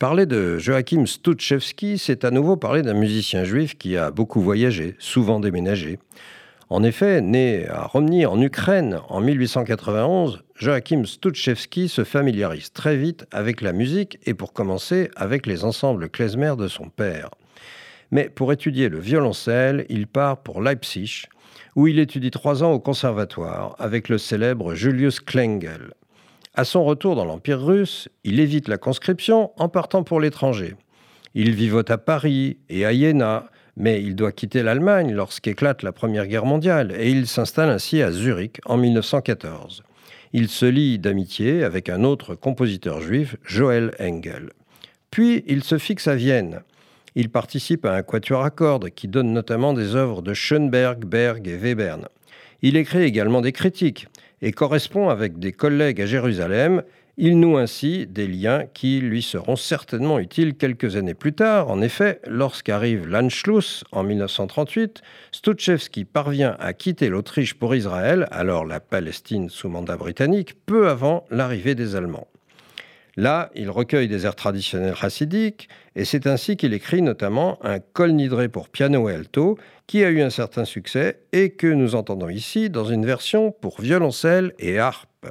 Parler de Joachim Stouchevski, c'est à nouveau parler d'un musicien juif qui a beaucoup voyagé, souvent déménagé. En effet, né à Romny en Ukraine en 1891, Joachim Stouchevski se familiarise très vite avec la musique et pour commencer avec les ensembles klezmer de son père. Mais pour étudier le violoncelle, il part pour Leipzig, où il étudie 3 ans au conservatoire avec le célèbre Julius Klengel. À son retour dans l'Empire russe, il évite la conscription en partant pour l'étranger. Il vivote à Paris et à Iéna, mais il doit quitter l'Allemagne lorsqu'éclate la Première Guerre mondiale et il s'installe ainsi à Zurich en 1914. Il se lie d'amitié avec un autre compositeur juif, Joel Engel. Puis il se fixe à Vienne. Il participe à un quatuor à cordes qui donne notamment des œuvres de Schönberg, Berg et Webern. Il écrit également des critiques et correspond avec des collègues à Jérusalem. Il noue ainsi des liens qui lui seront certainement utiles quelques années plus tard. En effet, lorsqu'arrive l'Anschluss en 1938, Stouchevski parvient à quitter l'Autriche pour Israël, alors la Palestine sous mandat britannique, peu avant l'arrivée des Allemands. Là, il recueille des airs traditionnels chassidiques et c'est ainsi qu'il écrit notamment un Kol Nidre pour piano et alto qui a eu un certain succès et que nous entendons ici dans une version pour violoncelle et harpe.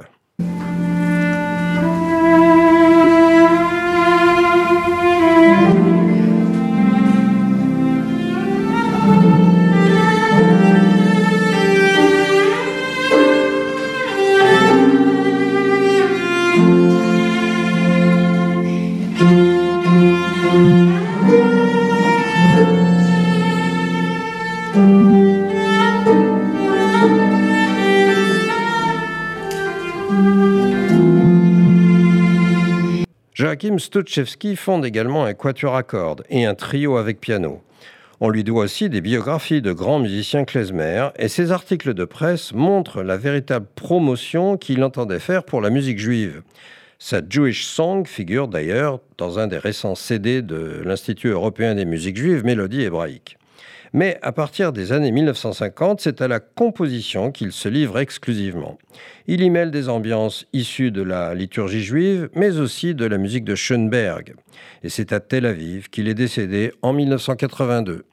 Joachim Stouchevski fonde également un quatuor à cordes et un trio avec piano. On lui doit aussi des biographies de grands musiciens klezmer et ses articles de presse montrent la véritable promotion qu'il entendait faire pour la musique juive. Sa Jewish Song figure d'ailleurs dans un des récents CD de l'Institut européen des musiques juives, Mélodies hébraïques. Mais à partir des années 1950, c'est à la composition qu'il se livre exclusivement. Il y mêle des ambiances issues de la liturgie juive, mais aussi de la musique de Schönberg. Et c'est à Tel Aviv qu'il est décédé en 1982.